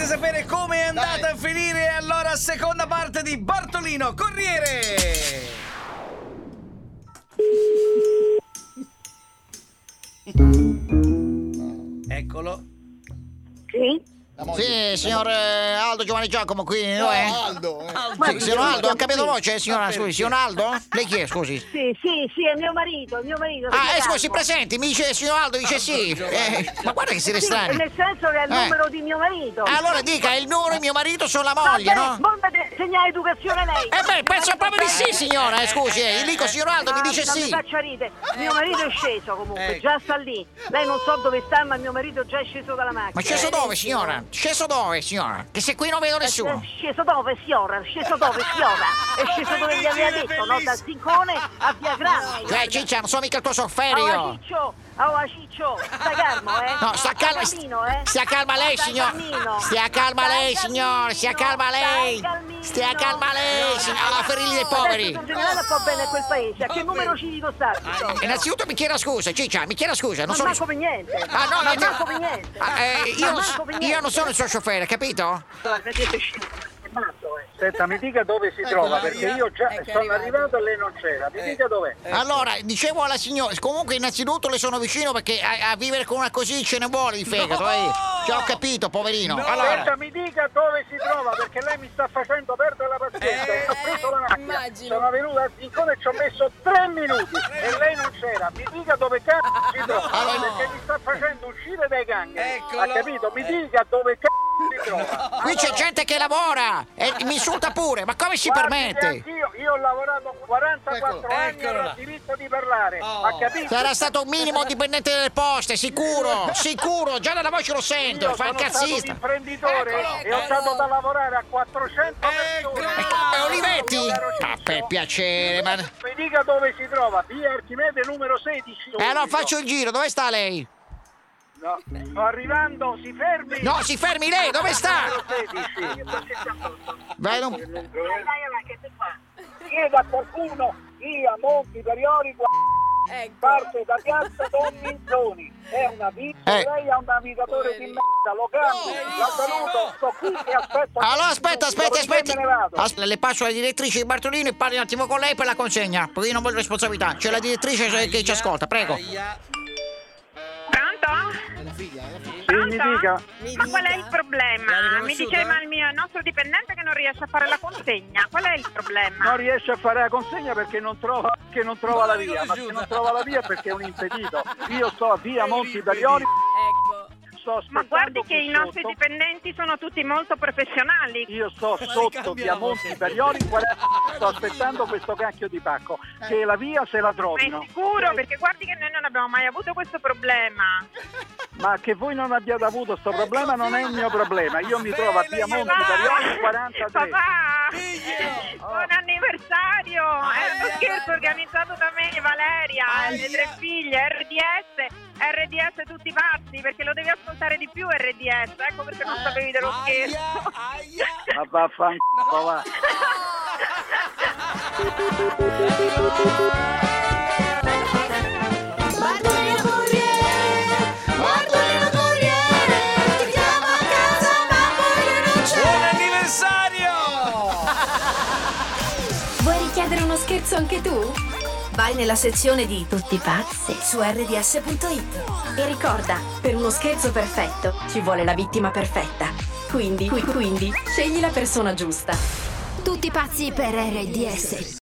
sapere come è andata a finire, allora seconda parte di Bartolino Corriere. Eccolo. Sì? Sì, signor Aldo Giovanni Giacomo qui, no? Aldo. Sì, signor Aldo, ha cambiato voce, signora, scusi, signor Aldo? Lei chi è, scusi? Sì, è mio marito. Ah, scusi, presenti, mi dice signor Aldo, dice sì. Ma guarda che siete strani. Nel senso che è il numero di mio marito. Allora dica, il numero di mio marito sono la moglie, no? Vabbè, segna educazione lei. Penso proprio di sì, signora, scusi, gli dico signor Aldo, mi dice Non sì. mi faccia ridere. Mio marito è sceso comunque, già sta lì. Lei non so dove sta, ma mio marito già è sceso dalla macchina. Ma sceso dove, signora? Sceso dove, signora? Che se qui non vedo nessuno. Sceso dove, signora? È sceso dove gli aveva detto, no? Da Zincone a Via Grande. Cioè, Ciccia, non sono mica il tuo sofferio. Ciccio, stai calmo, eh? No, sta calma, stia calma lei, signor. Stia calma lei, signor. Stia calma lei. Stia calma lei, signor. A ferirli dei poveri. Non va bene a quel paese. A che numero civico sta? Innanzitutto mi chieda scusa, Ciccia, mi chieda scusa. Non Non sono. manco per niente. Ah, no, non manco per niente. Io non sono il suo sciofere, capito? Senta, mi dica dove si trova, perché io già sono arrivato e lei non c'era. Mi dica dov'è. Allora, dicevo alla signora, comunque innanzitutto le sono vicino perché a vivere con una così ce ne vuole di fegato, Ci ho capito, poverino. Allora, Senta, mi dica dove si trova, perché lei mi sta facendo perdere la pazienza. Io ho preso la macchina, immagino. sono venuto a Zincone e ci ho messo 3 minuti e lei non c'era. Mi dica dove cazzo si trova, perché mi sta facendo uscire dai gangheri. Ha capito? Mi dica dove cazzo si trova. qui c'è gente che lavora e mi insulta pure, ma come si permette? Anch'io, io ho lavorato 44 anni e ho diritto di parlare. Ha capito? Sarà stato un minimo dipendente delle poste, sicuro, già dalla voce lo sento, Io fa il sono stato un cazzista. imprenditore e ho stato da lavorare a 400 persone. Olivetti? Ma per piacere, ma. Mi dica dove si trova, via Archimede numero 16. Allora faccio il giro, dove sta lei? No, sto arrivando, si fermi. No, si fermi lei, dove sta? Numero 16. Vai, non. Chieda a qualcuno, via Monti Periori, parte da piazza Don Minzoni. È una pizza, lei è un navigatore di merda, lo cambio, la saluto, sto qui e aspetto. Allora aspetta. Me ne vado. Le passo alla direttrice di Bartolino e parli un attimo con lei per la consegna, perché io non voglio responsabilità. C'è la direttrice che ci ascolta, prego. Pronto? Sì, mi dica. Ma qual è il problema? Mi diceva il nostro dipendente che non riesce a fare la consegna. Qual è il problema? Non riesce a fare la consegna perché non trova la via, ma se non trova la via è perché è un impedito. Io sto a via Monti Periori. Ecco. Ma guardi che i nostri dipendenti sono tutti molto professionali. Io sto sotto via Monti Periori, sto aspettando questo cacchio di pacco, che la via se la Ma trovino. è sicuro? Perché guardi che noi non abbiamo mai avuto questo problema. Ma che voi non abbiate avuto questo problema non è il mio problema. Io mi trovo a via Monti Periori 43. Papà! Buon anniversario! È uno scherzo organizzato da me e Valeria, le 3 figlie, RDS tutti pazzi, perché lo devi ascoltare di più RDS, ecco perché non sapevi dello scherzo. Ma vaffanculo, va. Bartolino Corriere, ti chiamo a casa ma poi lui non c'è. Buon anniversario! Vuoi richiedere uno scherzo anche tu? Vai nella sezione di Tutti pazzi su rds.it e ricorda, per uno scherzo perfetto ci vuole la vittima perfetta. Quindi scegli la persona giusta. Tutti pazzi per RDS.